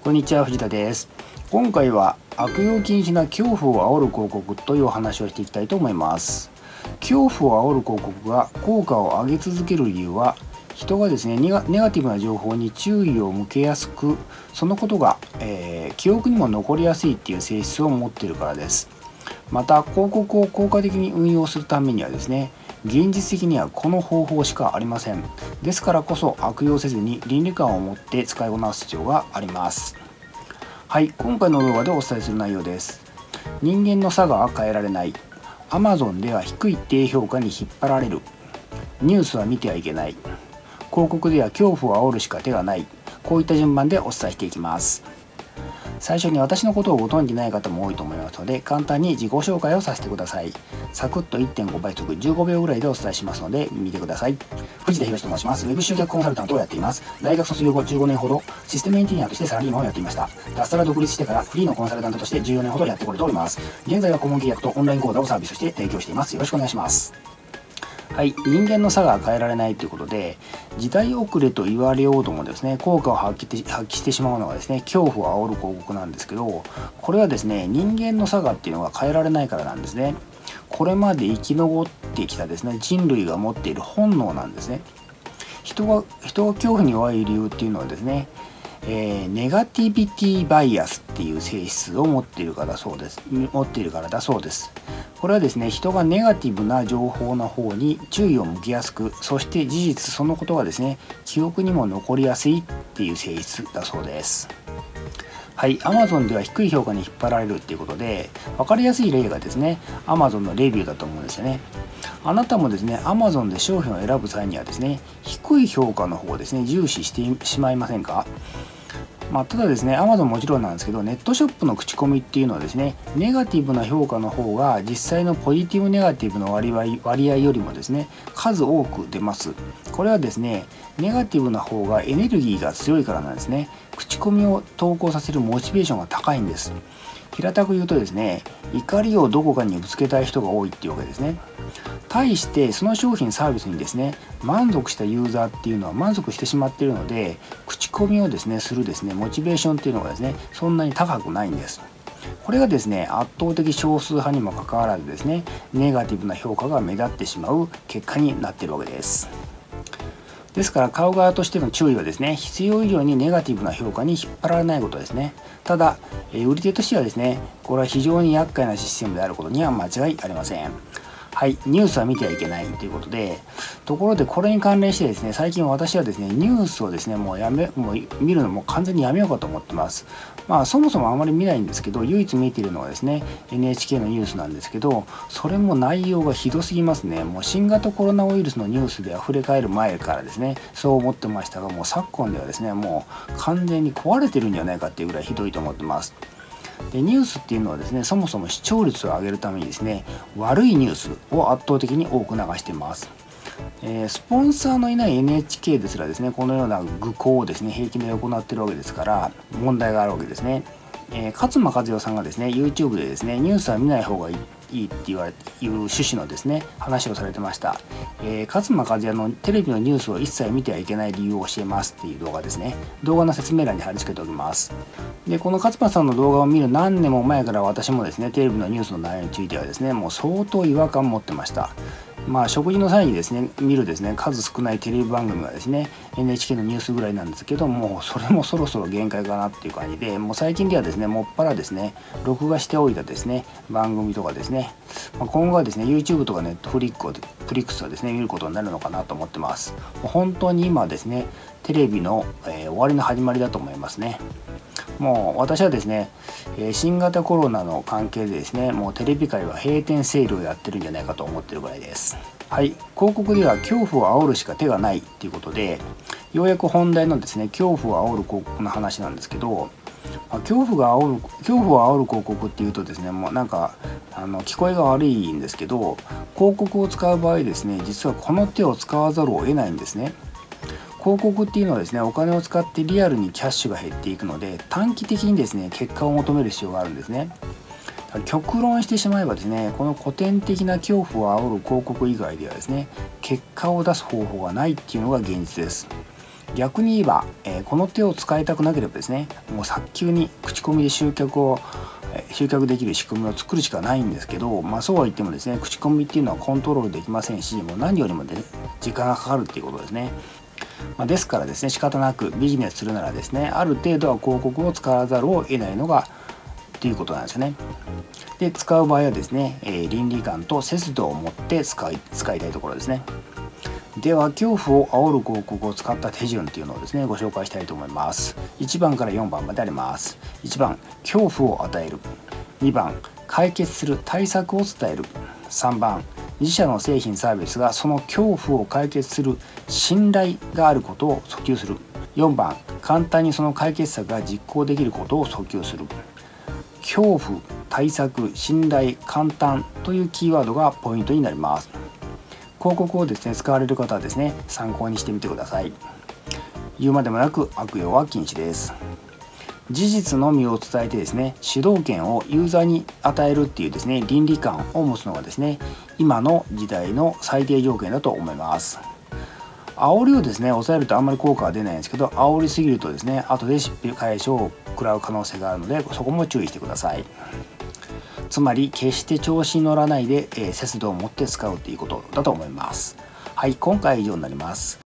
こんにちは、藤田です。今回は悪用禁止な恐怖を煽る広告というお話をしていきたいと思います。恐怖を煽る広告が効果を上げ続ける理由は、人がですねネガティブな情報に注意を向けやすく、そのことが、記憶にも残りやすいっていう性質を持っているからです。また広告を効果的に運用するためにはですね、現実的にはこの方法しかありません。ですからこそ悪用せずに倫理観を持って使いこなす必要があります。はい、今回の動画でお伝えする内容です。人間の差が変えられない。Amazon では低い低評価に引っ張られる。ニュースは見てはいけない。広告では恐怖を煽るしか手がない。こういった順番でお伝えしていきます。最初に私のことをご存じない方も多いと思いますので、簡単に自己紹介をさせてください。サクッと 1.5 倍速15秒ぐらいでお伝えしますので見てください。藤田博と申します。ウェブ集客コンサルタントをやっています。大学卒業後15年ほどシステムエンジニアとしてサラリーマンをやっていました。脱サラ独立してからフリーのコンサルタントとして14年ほどやってこれております。現在は顧問契約とオンライン講座をサービスして提供しています。よろしくお願いします。はい、人間の差が変えられないということで、時代遅れと言われようともですね、効果を発揮してしまうのがですね、恐怖を煽る広告なんですけど、これはですね、人間の差がっていうのが変えられないからなんですね。これまで生き残ってきたですね、人類が持っている本能なんですね。人が恐怖に弱い理由っていうのはですね、ネガティビティバイアスっていう性質を持っているからだそうです。これはですね、人がネガティブな情報の方に注意を向けやすく、そして事実そのことがですね、記憶にも残りやすいっていう性質だそうです。はい、Amazon では低い評価に引っ張られるっていうことで、分かりやすい例がですね、Amazon のレビューだと思うんですよね。あなたもですね、Amazon で商品を選ぶ際にはですね、低い評価の方をですね、重視してしまいませんか？ただですね、Amazon もちろんなんですけど、ネットショップの口コミっていうのはですね、ネガティブな評価の方が実際のポジティブネガティブの割合よりもですね、数多く出ます。これはですね、ネガティブな方がエネルギーが強いからなんですね。口コミを投稿させるモチベーションが高いんです。平たく言うとですね、怒りをどこかにぶつけたい人が多いっていうわけですね。対してその商品サービスにですね、満足したユーザーっていうのは満足してしまっているので、口コミをですねするですねモチベーションっていうのがですね、そんなに高くないんです。これがですね、圧倒的少数派にもかかわらずですね、ネガティブな評価が目立ってしまう結果になっているわけです。ですから買う側としての注意はですね、必要以上にネガティブな評価に引っ張られないことですね。ただ売り手としてはですね、これは非常に厄介なシステムであることには間違いありません。はい、ニュースは見てはいけないということで、ところでこれに関連してですね、最近私はですね、ニュースをですね、もう見るのも完全にやめようかと思ってます。そもそもあまり見ないんですけど、唯一見ているのはですね、NHK のニュースなんですけど、それも内容がひどすぎますね。もう新型コロナウイルスのニュースで溢れ返る前からですね、そう思ってましたが、もう昨今ではですね、もう完全に壊れてるんじゃないかっていうぐらいひどいと思ってます。でニュースっていうのはですね、そもそも視聴率を上げるためにですね、悪いニュースを圧倒的に多く流しています。スポンサーのいない NHK ですらですね、このような愚行をですね平気で行っているわけですから問題があるわけですね。勝間和代さんがですね YouTube でですね、ニュースは見ない方がいいっていう趣旨のですね話をされてました。勝間和代のテレビのニュースを一切見てはいけない理由を教えますっていう動画ですね。動画の説明欄に貼り付けておきます。でこの勝間さんの動画を見る何年も前から私もですね、テレビのニュースの内容についてはですね、もう相当違和感を持ってました。食事の際にですね見るですね数少ないテレビ番組はですね NHK のニュースぐらいなんですけども、それもそろそろ限界かなっていう感じで、もう最近ではですねもっぱらですね録画しておいたですね番組とかですね、今後はですね YouTube とか Netflix をですね見ることになるのかなと思ってます。本当に今ですねテレビの、終わりの始まりだと思いますね。もう私はですね、新型コロナの関係でですね、もうテレビ界は閉店セールをやってるんじゃないかと思ってるぐらいです。はい、広告では恐怖を煽るしか手がないっていうことで、ようやく本題のですね恐怖を煽る広告の話なんですけど、恐怖を煽る広告っていうとですね、もうなんか聞こえが悪いんですけど、広告を使う場合ですね、実はこの手を使わざるを得ないんですね。広告っていうのはですね、お金を使ってリアルにキャッシュが減っていくので、短期的にですね結果を求める必要があるんですね。極論してしまえばですね、この古典的な恐怖を煽る広告以外ではですね、結果を出す方法がないっていうのが現実です。 逆に言えば、この手を使いたくなければですね、もう早急に口コミで集客できる仕組みを作るしかないんですけど、そうは言ってもですね、口コミっていうのはコントロールできませんし、もう何よりも、時間がかかるっていうことですね。ですからですね、仕方なくビジネスするならですね、ある程度は広告を使わざるを得ないのがということなんですよね。で、使う場合はですね、倫理観と節度を持って使いたいところですね。では、恐怖を煽る広告を使った手順っていうのをですね、ご紹介したいと思います。1番から4番まであります。1番、恐怖を与える。2番、解決する対策を伝える。3番、自社の製品サービスがその恐怖を解決する信頼があることを訴求する。4番、簡単にその解決策が実行できることを訴求する。恐怖、対策、信頼、簡単というキーワードがポイントになります。広告をですね、使われる方はですね、参考にしてみてください。言うまでもなく悪用は禁止です。事実のみを伝えてですね、主導権をユーザーに与えるっていうですね、倫理観を持つのがですね、今の時代の最低条件だと思います。煽りをですね、抑えるとあんまり効果は出ないんですけど、煽りすぎるとですね、後で失敗解消を食らう可能性があるので、そこも注意してください。つまり決して調子に乗らないで、節度を持って使うということだと思います。はい、今回は以上になります。